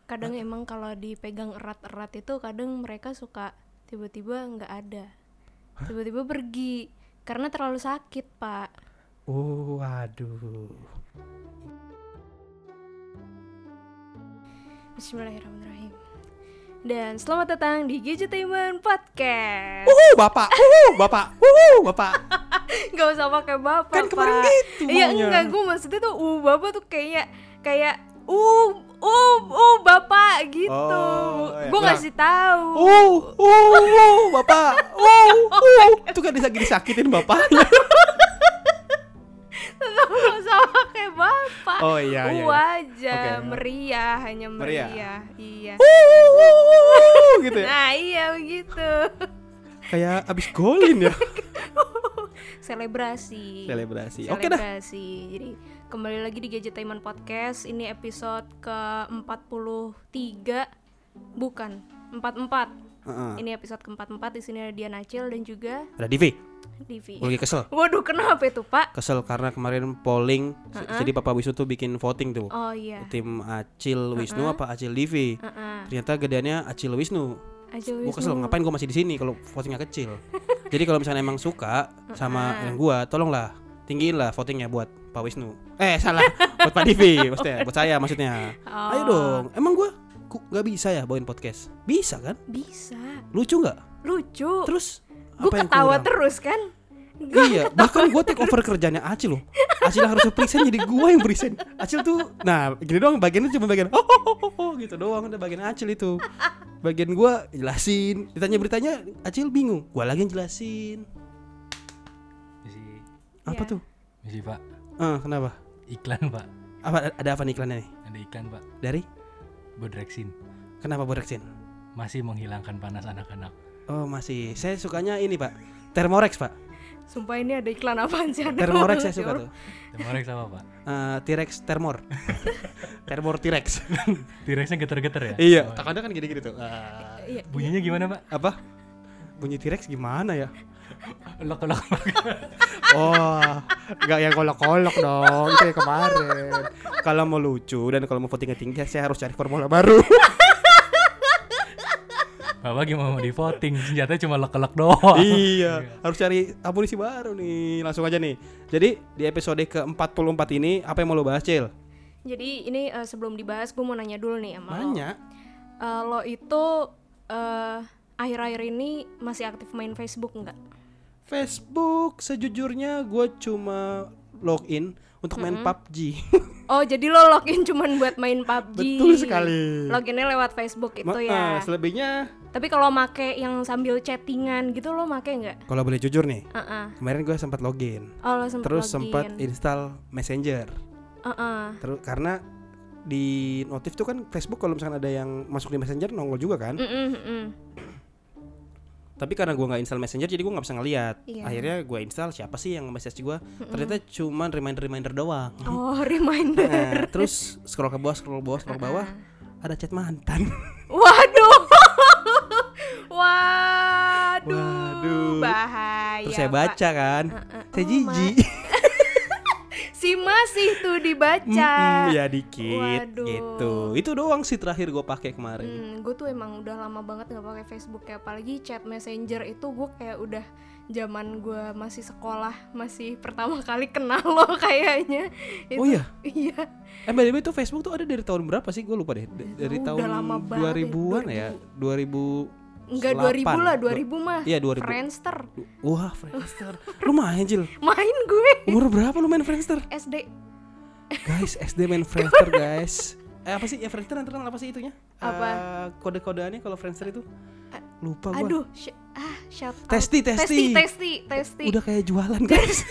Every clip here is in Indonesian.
Kadang emang kalau dipegang erat-erat itu kadang mereka suka tiba-tiba nggak ada, tiba-tiba pergi karena terlalu sakit, Pak. Waduh. Bismillahirrahmanirrahim. Dan selamat datang di Gadgetainment Podcast. Bapak. Gak usah pakai bapak, Kan kemarin Pak. gitu Iya maunya. enggak, gue maksudnya tuh bapak tuh kayak bapak gitu. Iya. Gue ngasih tahu. Bapak. Itu kan disakitin bapaknya. Gak usah pakai bapak. Oh iya. Aja Oke. meriah, hanya meriah. Iya. Gitu ya. Nah iya begitu. Kayak abis golin ya. Selebrasi. Oke dah. Jadi kembali lagi di Gadgetainment Podcast. Ini episode ke-43. Bukan, 44. Ini episode ke-44. Di sini ada Dian Acil dan juga Ada Divi. Divi. Gue lagi kesel. Waduh, kenapa itu, Pak? Kesel karena kemarin polling. Jadi Papa Wisnu tuh bikin voting tuh. Oh iya. Tim Acil Wisnu apa Acil Divi. Ternyata gedeannya Acil Wisnu. Gue kesel, ngapain gue masih di sini kalau votingnya kecil. Jadi kalau misalnya emang suka sama yang gue, tolonglah tinggiin lah votingnya buat Pak Wisnu. Salah, buat Pak Divi maksudnya, buat saya maksudnya. Ayo dong, emang gue nggak bisa ya bawain podcast? Bisa kan? Bisa. Lucu nggak? Lucu. Terus gue ketawa terus kan? Iya, bahkan gue take over kerjanya Acil loh. Acil harusnya present jadi gue yang present. Acil tuh, nah gini doang bagiannya cuma bagian gitu doang, udah bagian Acil itu. Bagian gue jelasin, ditanya beritanya Acil bingung, gue lagi yang jelasin. Misi. Apa tuh? Misi Pak. Kenapa? Iklan Pak. Ada apa nih iklannya nih? Ada iklan Pak. Dari? Bodrexin. Kenapa Bodrexin? Masih menghilangkan panas anak-anak. Oh masih, saya sukanya ini Pak, Thermorex Pak. Sumpah ini ada iklan apaan sih? Thermorex saya suka tuh. Thermorex apa Pak? T-Rex Thermor. Thermor T-Rex. T-Rexnya geter-geter ya? Iya, takutnya kan gini-gini tuh. Iya. Bunyinya gimana Pak? Apa? Bunyi T-Rex gimana ya? Lok-lok. Oh, enggak yang kolok-kolok dong. Itu yang kemarin. Kalau mau lucu dan kalau mau votingnya tinggi, saya harus cari formula baru. Bapak gimana mau di voting? Senjatanya cuma lok-lok doang. Iya, harus cari amunisi baru nih. Langsung aja nih. Jadi di episode ke-44 ini apa yang mau lo bahas, Cil? Jadi ini sebelum dibahas gue mau nanya dulu nih sama Nanya? lo itu akhir-akhir ini masih aktif main Facebook nggak? Facebook sejujurnya gue cuma login untuk main PUBG. Oh jadi lo login cuman buat main PUBG. Betul sekali. Loginnya lewat Facebook itu ya. Selebihnya Tapi kalau make yang sambil chattingan gitu lo make nggak? kalau boleh jujur nih, kemarin gue sempat login. Oh lo sempet Terus login. sempat install Messenger. Terus karena di notif tuh kan Facebook kalau misalkan ada yang masuk di Messenger nongol juga kan. Tapi karena gue nggak install Messenger jadi gue nggak bisa ngeliat. Akhirnya gue install siapa sih yang message gue. Ternyata cuman reminder doang. Oh reminder. Nah, terus scroll ke bawah ada chat mantan. Waduh. Bahaya. Terus saya baca kan. Saya jijik. Si masih tuh dibaca. Ya dikit. Waduh. Gitu. Itu doang sih terakhir gue pakai kemarin. Gue tuh emang udah lama banget nggak pakai Facebook ya, apalagi chat Messenger itu gue kayak udah zaman gue masih sekolah, masih pertama kali kenal lo kayaknya. Oh iya? Iya. By the way itu Facebook tuh ada dari tahun berapa sih?Gue lupa deh. Dari tahun lama banget, 2000-an ya. 2000 Enggak 2000 lah, 2000 mah. Iya 2000. Friendster. Wah Friendster. Lu main Jil? Main gue. Umur berapa lu main Friendster? SD. Guys SD main Friendster guys. Apa sih ya Friendster terkenal apa sih itunya? Apa? Kode-kodeannya kalau Friendster itu? Lupa gua. Aduh, shout out. Testi. Udah kayak jualan guys.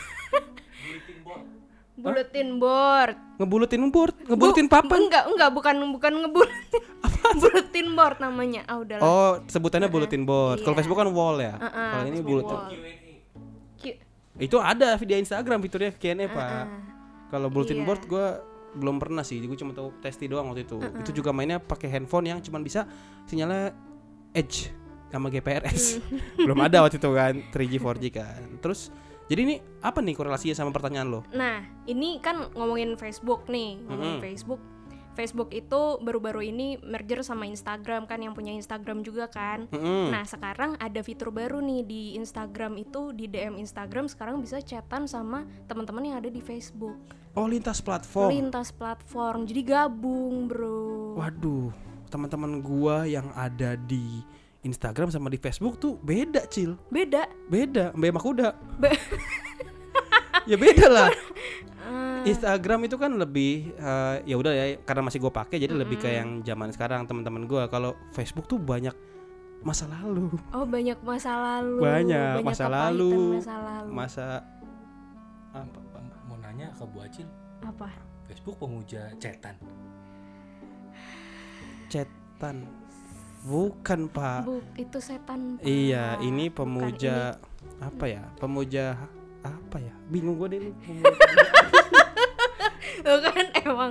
Bulletin board. Ngebulutin papan. Enggak, bukan ngebulutin. Bulletin board namanya. Udahlah. Oh, sebutannya bulletin board. Iya. Kalau Facebook kan wall ya. Kalau ini bulletin. Q. Itu ada di Instagram fiturnya Q&A, Pak. Kalau bulletin board gua belum pernah sih. Gue cuma tahu testi doang waktu itu. Itu juga mainnya pakai handphone yang cuma bisa sinyalnya Edge sama GPRS. Belum ada waktu itu kan 3G 4G kan. Terus jadi ini apa nih korelasinya sama pertanyaan lo? Nah, ini kan ngomongin Facebook nih, Facebook. Facebook itu baru-baru ini merger sama Instagram kan, yang punya Instagram juga kan. Nah sekarang ada fitur baru nih di Instagram itu, di DM Instagram sekarang bisa chatan sama teman-teman yang ada di Facebook. Oh, lintas platform. Lintas platform, jadi gabung bro. Waduh, teman-teman gua yang ada di Instagram sama di Facebook tuh beda, Cil. Beda. Mbak Emak kuda. Ya beda lah. Instagram itu kan lebih ya udah ya, karena masih gue pakai jadi lebih kayak yang zaman sekarang teman-teman gue. Kalau Facebook tuh banyak masa lalu. Oh, banyak masa lalu. Banyak masa lalu. Masa apa? Mau nanya ke Bu Acil. Apa? Facebook pemuja cetan. Cetan. Bukan, Pak. Itu setan. Pak. Iya, ini pemuja ini. Apa ya? Pemuja apa ya? Bingung gue deh lu. Lo kan emang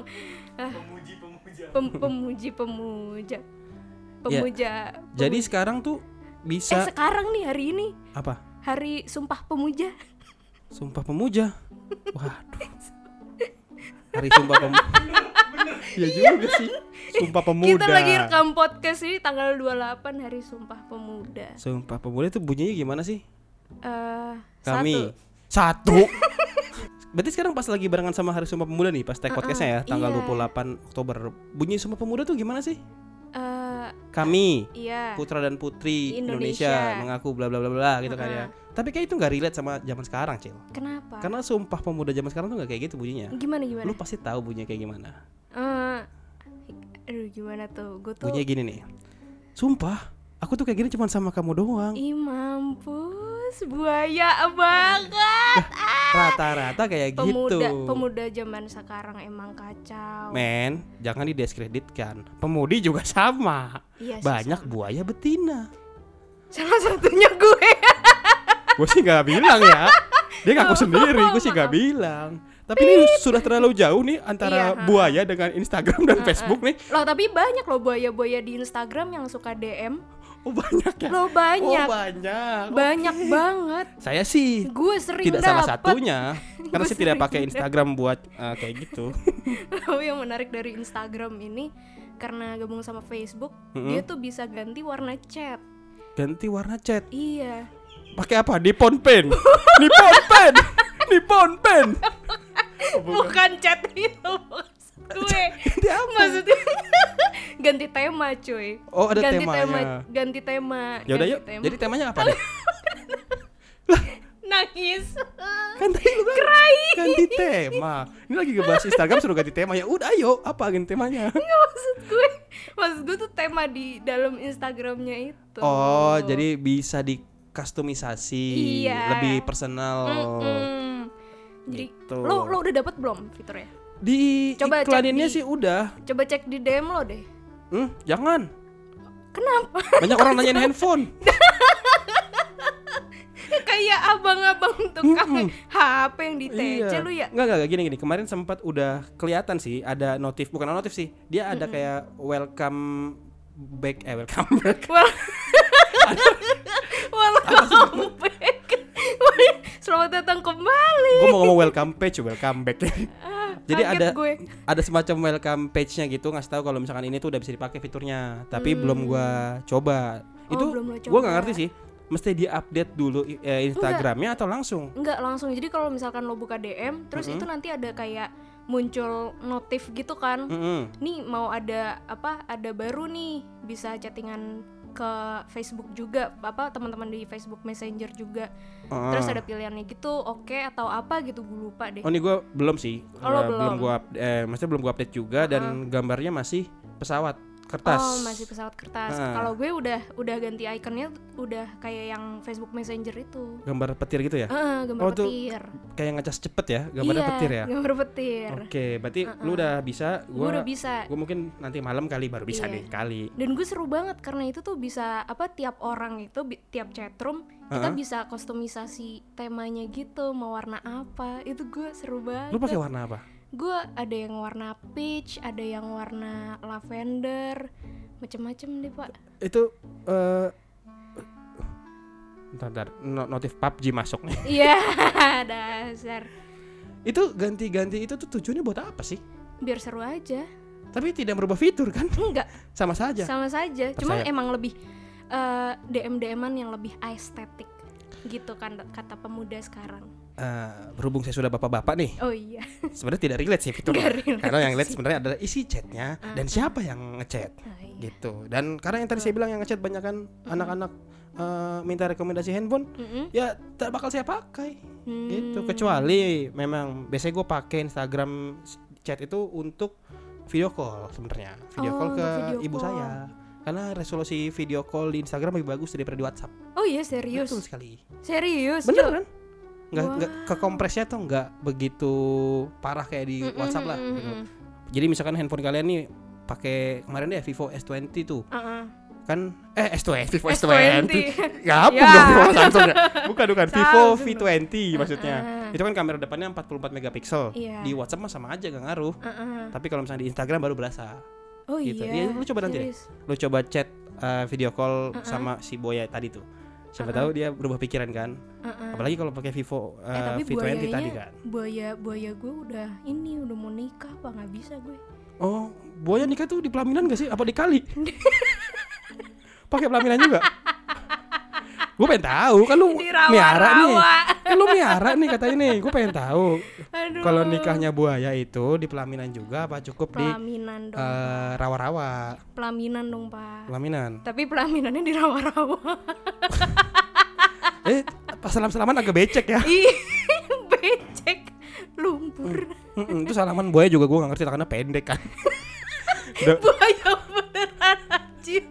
pemuja. Ya, jadi sekarang tuh bisa. Sekarang nih hari ini. Apa? Hari Sumpah Pemuja. Sumpah Pemuja. Waduh. Hari Sumpah Pemuja. Ya juga sih. Sumpah Pemuda. Kita lagi rekam podcast ini tanggal 28 Hari Sumpah Pemuda. Sumpah Pemuda itu bunyinya gimana sih? Kami Satu. Berarti sekarang pas lagi barengan sama Hari Sumpah Pemuda nih, pas tag podcastnya ya, tanggal 28 Oktober. Bunyi Sumpah Pemuda tuh gimana sih? Kami, putra dan putri Indonesia mengaku bla bla bla bla gitu kan ya. Tapi kayak itu nggak relate sama zaman sekarang, Cil. Kenapa? Karena Sumpah Pemuda zaman sekarang tuh nggak kayak gitu bunyinya. Gimana? Lu pasti tahu bunyinya kayak gimana. Aduh, gimana tuh? Gue tuh bunyinya gini nih. Sumpah, aku tuh kayak gini cuma sama kamu doang. Ih, mampus, buaya banget. Rata-rata kayak gitu. Pemuda zaman sekarang emang kacau. Men, jangan didiskreditkan. Pemudi juga sama. Iya, banyak sama. Buaya betina. Salah satunya gue. Gue sih nggak bilang ya. Dia ngaku sendiri. Gue sih nggak bilang. Tapi ini sudah terlalu jauh nih antara buaya dengan Instagram dan Facebook nih. Loh, tapi banyak loh buaya-buaya di Instagram yang suka DM. Oh, banyak ya? Loh, banyak. Oh, banyak. Banyak banget. Saya sih gue sering tidak salah satunya. Karena saya tidak pakai Instagram buat kayak gitu. Lalu yang menarik dari Instagram ini, karena gabung sama Facebook, dia tuh bisa ganti warna chat. Ganti warna chat? Iya. Pakai apa? Nippon Pen. Nippon Pen. Nippon Pen. Bukan chat itu gue. Maksudnya ganti tema, cuy. Oh, ada temanya. Ganti tema. Ya udah yuk. Jadi temanya apa deh? Nangis. Kan tadi lu kan ganti tema. Ini lagi ngebahas Instagram suruh ganti tema. Ya udah ayo, apa ganti temanya? Enggak, maksud gue tuh tema di dalam Instagramnya itu. Oh, jadi bisa dikustomisasi. Iya. Lebih personal. Jadi gitu. lo udah dapet belum fiturnya? Di coba iklaninnya sih udah. Coba cek di DM lo deh. Jangan. Kenapa? Banyak orang nanyain handphone. Kayak abang-abang tukang HP yang di TC lu ya. Enggak gini. Kemarin sempat udah kelihatan sih ada bukan notif sih. Dia ada kayak welcome back. Welcome back. Selamat datang kembali. Gue mau ngomong welcome back. Jadi gue. ada semacam welcome page-nya gitu, ngasih tahu kalau misalkan ini tuh udah bisa dipakai fiturnya. Tapi belum gue coba. Itu gue nggak ngerti sih. Mesti di-update dulu Instagramnya atau langsung? Enggak, langsung. Jadi kalau misalkan lo buka DM, terus itu nanti ada kayak muncul notif gitu kan. Nih mau ada apa? Ada baru nih, bisa chattingan ke Facebook juga, teman-teman di Facebook Messenger juga. Terus ada pilihannya gitu, oke atau apa gitu, gue lupa deh. Oh, ini gue belum sih. Belum Belum gue update juga dan gambarnya masih pesawat kertas. Oh, masih pesawat kertas. Kalau gue udah ganti ikonnya, udah kayak yang Facebook Messenger itu. Gambar petir gitu ya? Gambar petir. Kayak ngecas cepet ya, gambarnya petir ya? Gambar petir. Oke, berarti lu udah bisa. Gue udah bisa. Gue mungkin nanti malam kali baru bisa deh kali. Dan gue seru banget karena itu tuh bisa tiap orang itu tiap chatroom kita bisa kustomisasi temanya gitu, mau warna apa. Itu gue seru banget. Lu pakai warna apa? Gue ada yang warna peach, ada yang warna lavender, macem-macem deh pak. Itu bentar, notif PUBG masuk nih. Iya, dasar. Itu ganti-ganti itu tuh tujuannya buat apa sih? Biar seru aja. Tapi tidak merubah fitur kan? Enggak. Sama saja. Cuman emang lebih DM-an yang lebih estetik gitu kan kata pemuda sekarang. Berhubung saya sudah bapak-bapak nih. Oh iya. Sebenarnya tidak relate sih fiturnya. Karena yang relate sebenarnya adalah isi chatnya dan siapa yang ngechat. Iya. Gitu. Dan karena yang tadi saya bilang yang ngechat banyak kan anak-anak minta rekomendasi handphone, ya tak bakal saya pakai. Gitu. Kecuali memang biasanya gue pakai Instagram chat itu untuk video call sebenarnya. Video call ke ibu saya. Karena resolusi video call di Instagram lebih bagus daripada di WhatsApp. Oh iya, serius? Betul sekali. Serius? Bener kan? Nggak kekompresnya tuh nggak begitu parah kayak di WhatsApp lah gitu. Jadi misalkan handphone kalian nih pakai kemarin deh Vivo S20 tuh. Kan S20 Vivo S20. Gabung dong Samsung ya. Bukan Vivo V20 maksudnya. Itu kan kamera depannya 44 megapiksel. Di WhatsApp mah sama aja gak ngaruh. Tapi kalau misalnya di Instagram baru berasa. Oh gitu. iya. Lu coba nanti deh. Lu coba chat video call sama si Boya tadi tuh. Siapa tahu dia berubah pikiran kan. Apalagi kalau pakai Vivo V20 tadi kan. Buaya gue udah mau nikah apa nggak bisa gue. Oh, Buaya nikah tuh di pelaminan gak sih? Apa di kali? Pakai pelaminan juga? Gue pengen tahu kan lu miara nih. Kan lu miara nih katanya nih. Gue pengen tahu. Kalau nikahnya Buaya itu di pelaminan juga apa cukup pelaminan di rawa-rawa? Pelaminan dong, Pak. Pelaminan. Tapi pelaminannya di rawa-rawa. Pas salaman agak becek ya. Becek, lumpur. Itu salaman Buaya juga gue gak ngerti karena pendek kan. Buaya beneran anjir.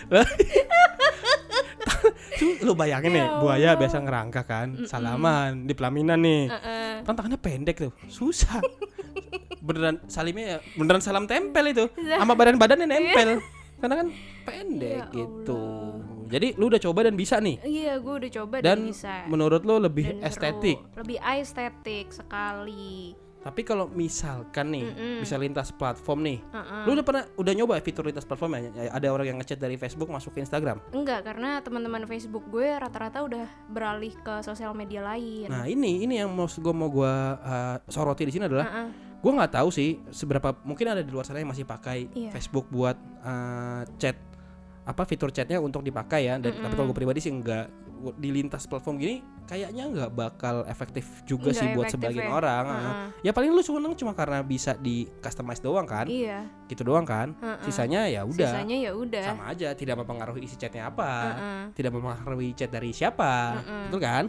Lu bayangin nih, Buaya biasa ngerangka kan, salaman di pelaminan nih. Kan tangannya pendek tuh, susah. Beneran salimnya ya, beneran salam tempel itu. Sama badan-badannya nempel. Karena kan pendek gitu. Jadi lu udah coba dan bisa nih? Iya, gue udah coba dan bisa. Menurut lu lebih estetik? Lebih estetik sekali. Tapi kalau misalkan nih bisa lintas platform nih, lu udah nyoba fitur lintas platform ya? Ada orang yang ngechat dari Facebook masuk ke Instagram? Enggak, karena teman-teman Facebook gue rata-rata udah beralih ke sosial media lain. Nah ini yang mau gue soroti di sini adalah gue nggak tahu sih seberapa mungkin ada di luar sana yang masih pakai Facebook buat chat fitur chatnya untuk dipakai ya. Dan tapi kalau gue pribadi sih enggak. Di lintas platform gini kayaknya nggak bakal efektif juga sih buat sebagian orang. Ya paling lu seneng cuma karena bisa di customize doang kan. Iya. Gitu doang kan. Sisanya ya udah. Sama aja, tidak mempengaruhi isi chatnya apa. Tidak mempengaruhi chat dari siapa. Betul kan?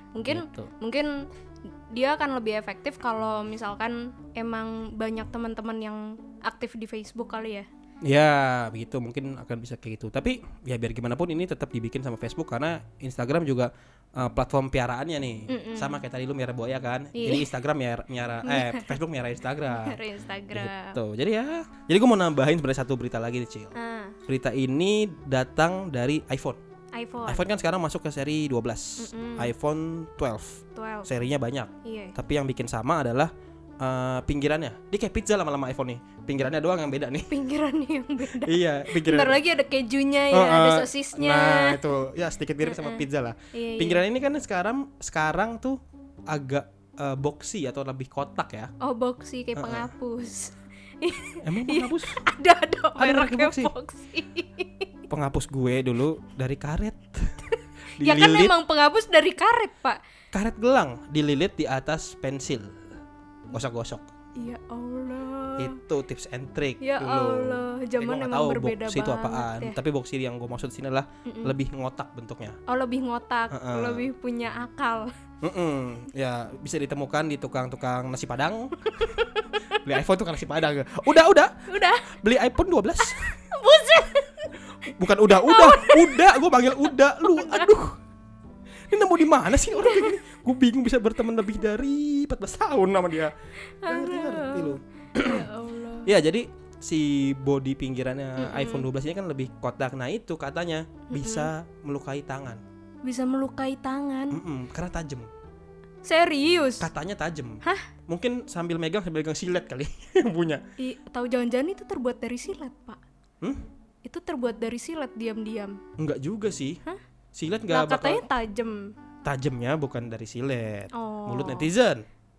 Mungkin dia akan lebih efektif kalau misalkan emang banyak teman-teman yang aktif di Facebook kali ya. Ya begitu, mungkin akan bisa kayak gitu. Tapi ya biar gimana pun ini tetap dibikin sama Facebook karena Instagram juga platform piaraannya nih. Sama kayak tadi lu miara Buaya kan. Jadi Instagram Facebook miara Instagram. Gitu. Jadi gue mau nambahin sebenarnya satu berita lagi nih Cil. Berita ini datang dari iPhone kan sekarang masuk ke seri 12. iPhone 12. Serinya banyak. Tapi yang bikin sama adalah pinggirannya. Dia kayak pizza lama-lama iPhone nih. Pinggirannya doang yang beda nih. Pinggirannya yang beda. Iya, pinggiran. Bentar lagi ada kejunya ya, ada sosisnya. Nah, itu ya sedikit mirip sama pizza lah. Pinggiran ini kan sekarang tuh agak boxy atau lebih kotak ya. Oh, boxy kayak penghapus. Emang penghapus? Ada mereknya boxy. Penghapus gue dulu dari karet. Ya kan emang penghapus dari karet, Pak. Karet gelang dililit di atas pensil. Gosok-gosok. Ya Allah. Itu tips and trick ya dulu. Allah, zaman emang berbeda banget. Itu apaan? Ya. Tapi boxy yang gue maksud sini adalah lebih ngotak bentuknya. Oh, lebih ngotak, lebih punya akal. Ya bisa ditemukan di tukang-tukang nasi padang. Beli iPhone tukang nasi padang. Udah. Beli iPhone 12. Buset. Bukan udah. Gue panggil udah. Lu, aduh. Ini nemu di mana sih orang kayak gini? Gue bingung bisa berteman lebih dari 14 tahun sama dia. Ngerti lu. Ya Allah. Ya jadi si body pinggirannya iPhone 12 ini kan lebih kotak. Nah itu katanya bisa melukai tangan. Bisa melukai tangan? Karena tajam. Serius? Katanya tajam. Hah? Mungkin sambil megang silet kali yang punya. Tahu jangan-jangan itu terbuat dari silet, Pak? Itu terbuat dari silet diam-diam. Enggak juga sih. Hah? Silet enggak bakal. Katanya tajam. Tajamnya bukan dari silet. Mulut netizen.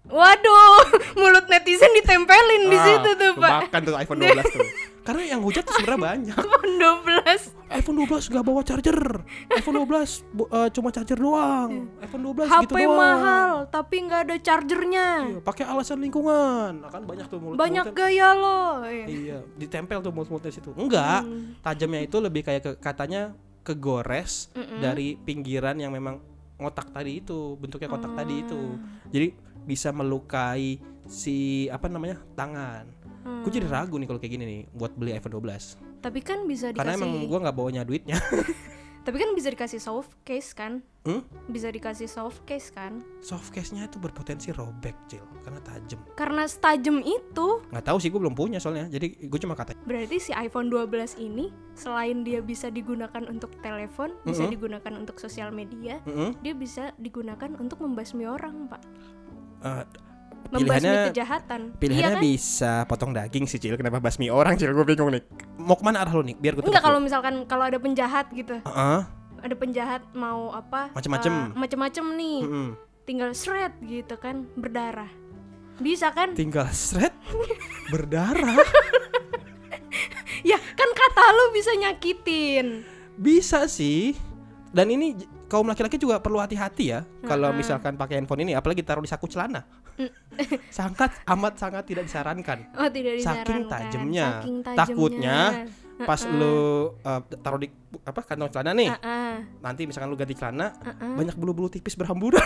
Waduh, mulut netizen ditempelin di situ tuh, Pak. Makan tuh iPhone 12 tuh. Karena yang hujat tuh sebenarnya banyak. iPhone 12 gak bawa charger. iPhone 12 cuma charger doang. iPhone 12 HP gitu doang. mahal tapi nggak ada chargernya. Iya, pakai alasan lingkungan. Kan banyak tuh mulut. Banyak gaya loh. Iya, ditempel tuh mulut-mulutnya situ. Enggak, tajamnya itu lebih kayak katanya kegores dari pinggiran yang memang ngotak tadi itu, bentuknya kotak tadi itu. Jadi bisa melukai si tangan. Gue jadi ragu nih kalau kayak gini nih buat beli iPhone 12. Tapi kan bisa dikasih. Karena emang gue nggak bawanya duitnya. Tapi kan bisa dikasih soft case kan? Bisa dikasih soft case kan? Soft case-nya itu berpotensi robek, Cil, karena tajam. Karena setajam itu? Nggak tahu sih, gue belum punya soalnya. Jadi gue cuma kata. Berarti si iPhone 12 ini selain dia bisa digunakan untuk telepon, bisa digunakan untuk sosial media, dia bisa digunakan untuk membasmi orang, Pak. Membasmi kejahatan. Pilihannya iya kan? Bisa potong daging sih, Cil. Kenapa basmi orang, Cil? Gue bingung nih. Mau kemana arah lo nih? Biar gue. Enggak, kalau misalkan kalau ada penjahat gitu. Ada penjahat mau apa? Macem-macem nih. Tinggal shred gitu kan, berdarah. Bisa kan? Tinggal shred berdarah. Ya kan kata lo bisa nyakitin. Bisa sih. Dan ini kaum laki-laki juga perlu hati-hati ya. Kalau misalkan pakai handphone ini, apalagi taruh di saku celana. Sangat tidak disarankan. Oh, tidak disarankan. Saking tajamnya. Takutnya pas lu taruh di kantong celana nih. Nanti misalkan lu ganti celana, banyak bulu-bulu tipis berhamburan.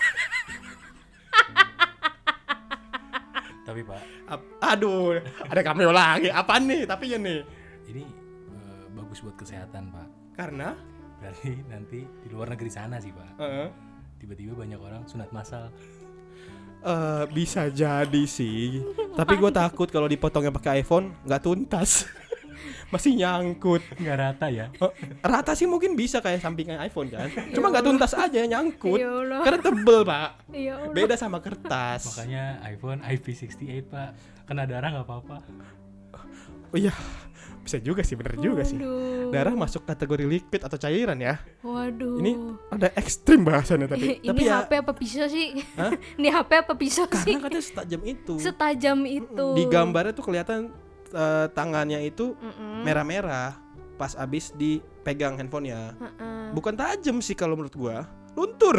Tapi Pak, aduh, ada cameo lagi. Apaan nih? Tapi ya nih. Ini bagus buat kesehatan, Pak. Karena berarti nanti di luar negeri sana sih, Pak. Tiba-tiba banyak orang sunat massal. Bisa jadi sih. Tapi gue takut kalau dipotongnya pakai iPhone nggak tuntas. Masih nyangkut. Nggak rata ya? Rata sih mungkin bisa kayak sampingnya iPhone kan. Cuma nggak tuntas aja, nyangkut. Karena tebel, Pak. Beda sama kertas. Makanya iPhone IP68, Pak. Kena darah nggak apa-apa. Oh iya, bisa juga sih, bener juga sih. Darah masuk kategori liquid atau cairan ya. Waduh. Ini ada ekstrim bahasanya tapi. Ini ya, HP apa pisau sih? Ini HP apa pisau sih? Karena katanya setajam itu. Setajam itu. Di gambarnya tuh kelihatan tangannya itu merah-merah pas abis dipegang handphonenya. Bukan tajam sih kalau menurut gua, luntur.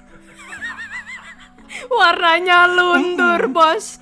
Warnanya luntur, Bos.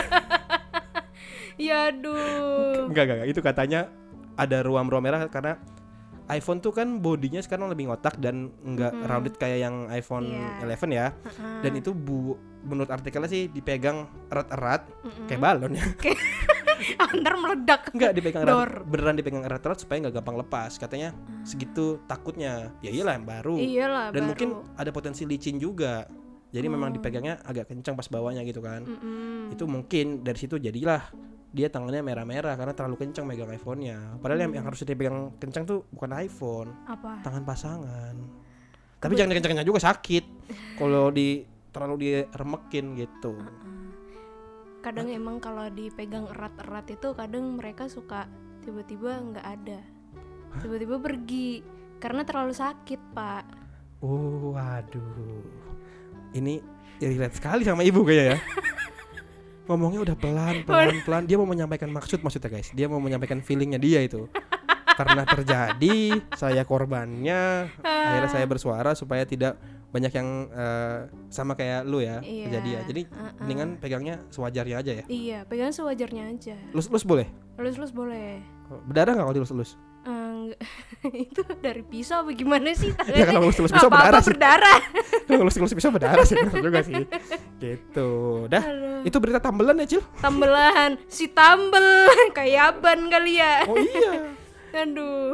Ya aduh. Enggak, itu katanya ada ruam-ruam merah karena iPhone tuh kan bodinya sekarang lebih ngotak dan enggak rounded kayak yang iPhone 11 ya. Dan itu menurut artikelnya sih dipegang erat-erat kayak balon ya. Ntar meledak. Enggak dipegang erat, beneran dipegang erat-erat supaya enggak gampang lepas. Katanya segitu takutnya. Ya iyalah yang baru. Dan mungkin ada potensi licin juga. Jadi memang dipegangnya agak kencang pas bawahnya gitu kan. Itu mungkin dari situ jadilah dia tangannya merah-merah karena terlalu kencang megang iPhone-nya. Padahal yang harus dipegang kencang tuh bukan iPhone. Apa? Tangan pasangan. Tapi jangan kencang-kencang juga, sakit. Kalau terlalu diremekin gitu. Kadang emang kalau dipegang erat-erat itu kadang mereka suka tiba-tiba nggak ada. Tiba-tiba pergi karena terlalu sakit, Pak. Waduh. Ini relate sekali sama ibu kayaknya ya. Ngomongnya udah pelan. Dia mau menyampaikan maksudnya guys. Dia mau menyampaikan feelingnya dia itu. Karena terjadi, saya korbannya. Akhirnya saya bersuara supaya tidak banyak yang sama kayak lu ya kejadian. Jadi mendingan pegangnya sewajarnya aja ya. Iya, pegang sewajarnya aja. Lus boleh? Lus boleh. Berdarah nggak kalau dilus-lus? Itu dari pisau apa gimana sih? Ya kalau lus pisau berdarah sih. Kalau lus pisau berdarah sih, benar juga sih. Gitu. Dah. Aduh. Itu berita tambelan ya, Cil? Tambelan. Si tambel kayak ban kali ya. Oh iya. Aduh,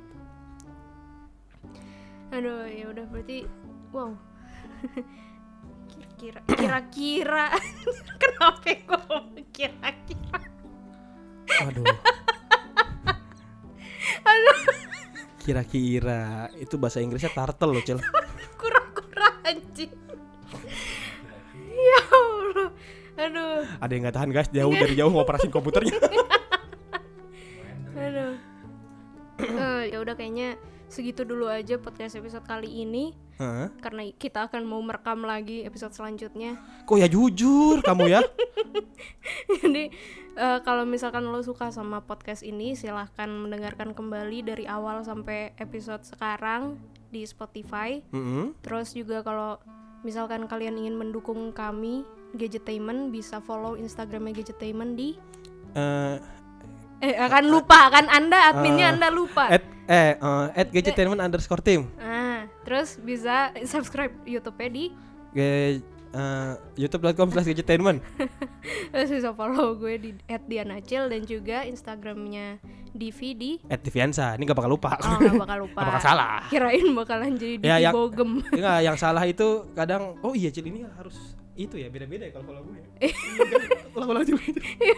ya udah berarti wow. Kira-kira kenapa gue ngomong kira-kira? Aduh. Kira-kira itu bahasa Inggrisnya turtle loh, Cil. Kura-kura anjing. Ya Allah. Aduh. Ada yang nggak tahan guys, dari jauh ngoperasin komputernya. Aduh. Ya udah kayaknya segitu dulu aja podcast episode kali ini. Karena kita akan mau merekam lagi episode selanjutnya. Kok ya jujur kamu ya? Jadi kalau misalkan lo suka sama podcast ini, silahkan mendengarkan kembali dari awal sampai episode sekarang di Spotify. Terus juga kalau misalkan kalian ingin mendukung kami Gadgetainment, bisa follow Instagramnya Gadgetainment di akan lupa kan Anda, adminnya Anda lupa. @gadgetainment_team. Terus bisa subscribe YouTube-nya di youtube.com/gadgetainment. Terus bisa follow gue di @dianacil dan juga Instagramnya Divi di @diviansa. Ini gak bakal lupa. Oh, gak bakal lupa. Gak bakal salah. Kirain bakalan jadi Divi Bogem. Enggak, yang salah itu kadang oh iya Cil, ini harus itu ya, beda-beda ya kalau follow gue. Ulang-ulang juga.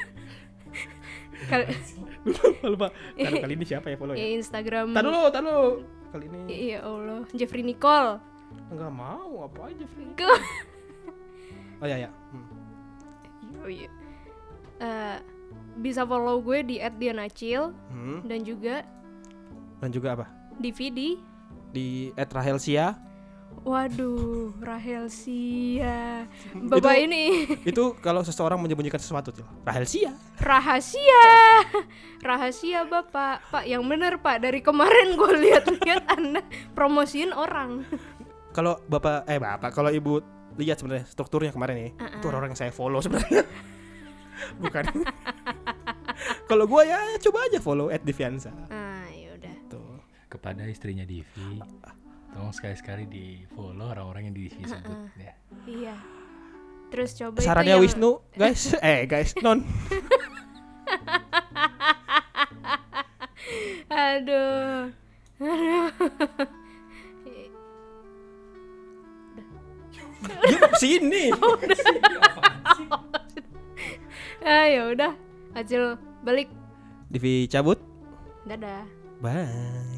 Lupa. Kali ini siapa ya follow ya? Instagram. Tar dulu. Kali ini. Ya Allah, Jeffrey Nicole. Enggak mau, apa aja Jeffrey. Oh ya. Oh iya. Bisa follow gue di @dianacil dan juga apa? DVD di @rahelsia. Waduh, Rahelsia. Bapak itu, ini. Itu kalau seseorang menyembunyikan sesuatu, Rahelsia. Rahasia Bapak. Pak, yang benar Pak. Dari kemarin gue lihat Anda promosiin orang. Kalau Bapak, kalau Ibu lihat sebenarnya strukturnya kemarin nih, itu orang-orang yang saya follow sebenarnya. Bukan. Kalau gue ya coba aja follow @diviansa. Yaudah. Tuh. Kepada istrinya Divi, tolong sekali-sekali di follow orang-orang yang Divi sebut ya. Iya. Terus coba sarannya itu Wisnu, guys. Guys, non. Aduh. Sini. Ya udah, Acil balik. Divi cabut. Dadah. Bye.